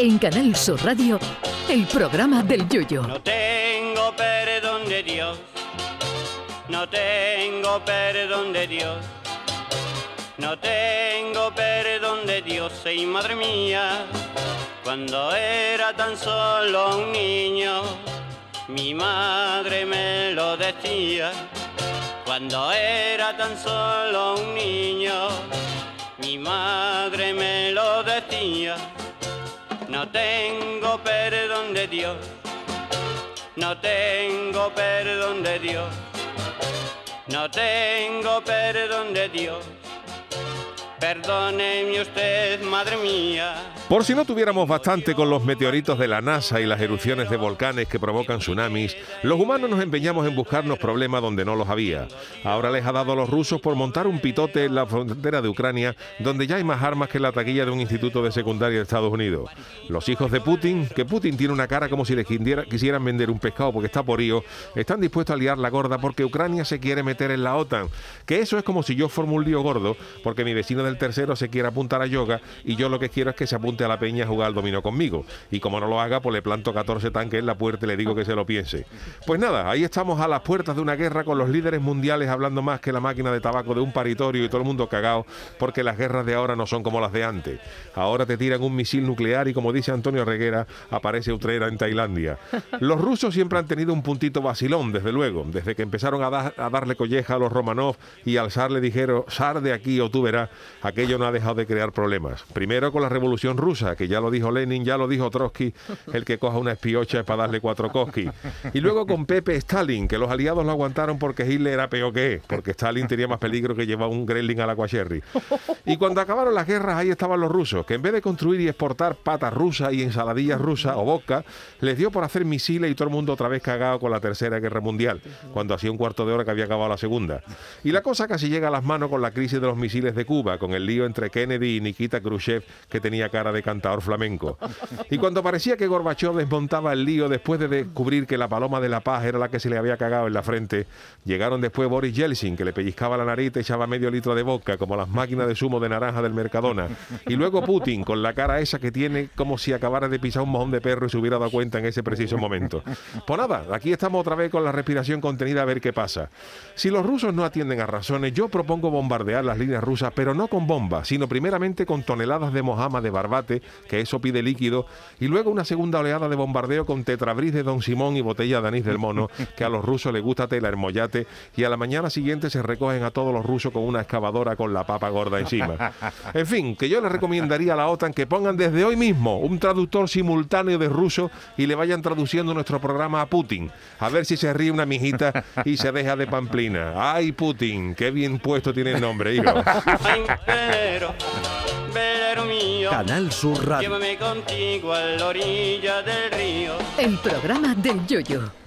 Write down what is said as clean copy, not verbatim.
En Canal Sur Radio, el programa del Yoyo. No tengo perdón de Dios, no tengo perdón de Dios, no tengo perdón de Dios, y madre mía, cuando era tan solo un niño, mi madre me lo decía. Cuando era tan solo un niño, mi madre me lo decía. No tengo perdón de Dios, no tengo perdón de Dios, no tengo perdón de Dios. Perdóneme usted, madre mía. Por si no tuviéramos bastante con los meteoritos de la NASA y las erupciones de volcanes que provocan tsunamis, los humanos nos empeñamos en buscarnos problemas donde no los había. Ahora les ha dado a los rusos por montar un pitote en la frontera de Ucrania, donde ya hay más armas que en la taquilla de un instituto de secundaria de Estados Unidos. Los hijos de Putin, que Putin tiene una cara como si les quisieran vender un pescado porque está porío, están dispuestos a liar la gorda porque Ucrania se quiere meter en la OTAN. Que eso es como si yo formo un lío gordo porque mi vecino del tercero se quiere apuntar a yoga y yo lo que quiero es que se apunte a la peña a jugar al dominó conmigo. Y como no lo haga, pues le planto 14 tanques en la puerta y le digo que se lo piense. Pues nada, ahí estamos a las puertas de una guerra con los líderes mundiales hablando más que la máquina de tabaco de un paritorio y todo el mundo cagao porque las guerras de ahora no son como las de antes. Ahora te tiran un misil nuclear y, como dice Antonio Reguera, aparece Utrera en Tailandia. Los rusos siempre han tenido un puntito vacilón, desde luego. Desde que empezaron a darle colleja a los Romanov y al zar le dijeron, sar de aquí o tú verás, aquello no ha dejado de crear problemas. Primero con la Revolución Rusa, que ya lo dijo Lenin, ya lo dijo Trotsky, el que coja una espiocha es para darle 4 koski. Y luego con Pepe Stalin, que los aliados lo aguantaron porque Hitler era peor que él, porque Stalin tenía más peligro que llevar un gremlin al aquasherry. Y cuando acabaron las guerras, ahí estaban los rusos, que en vez de construir y exportar patas rusas y ensaladillas rusas o vodka, les dio por hacer misiles y todo el mundo otra vez cagado con la Tercera Guerra Mundial, cuando hacía un cuarto de hora que había acabado la Segunda. Y la cosa casi llega a las manos con la crisis de los misiles de Cuba, con el lío entre Kennedy y Nikita Khrushchev, que tenía cara de cantador flamenco. Y cuando parecía que Gorbachov desmontaba el lío después de descubrir que la paloma de la paz era la que se le había cagado en la frente, llegaron después Boris Yeltsin, que le pellizcaba la nariz y echaba medio litro de vodka, como las máquinas de zumo de naranja del Mercadona. Y luego Putin, con la cara esa que tiene como si acabara de pisar un mojón de perro y se hubiera dado cuenta en ese preciso momento. Pues nada, aquí estamos otra vez con la respiración contenida a ver qué pasa. Si los rusos no atienden a razones, yo propongo bombardear las líneas rusas, pero no con bombas, sino primeramente con toneladas de mojama de barbate, que eso pide líquido, y luego una segunda oleada de bombardeo con tetrabris de Don Simón y botella de anís del mono, que a los rusos les gusta tela hermollate, y a la mañana siguiente se recogen a todos los rusos con una excavadora con la papa gorda encima. En fin, que yo les recomendaría a la OTAN que pongan desde hoy mismo un traductor simultáneo de ruso y le vayan traduciendo nuestro programa a Putin, a ver si se ríe una mijita y se deja de pamplina. ¡Ay, Putin! ¡Qué bien puesto tiene el nombre, hijo! Velero mío, Canal Sur Radio. llévame contigo a la orilla del río. El programa del Yoyo.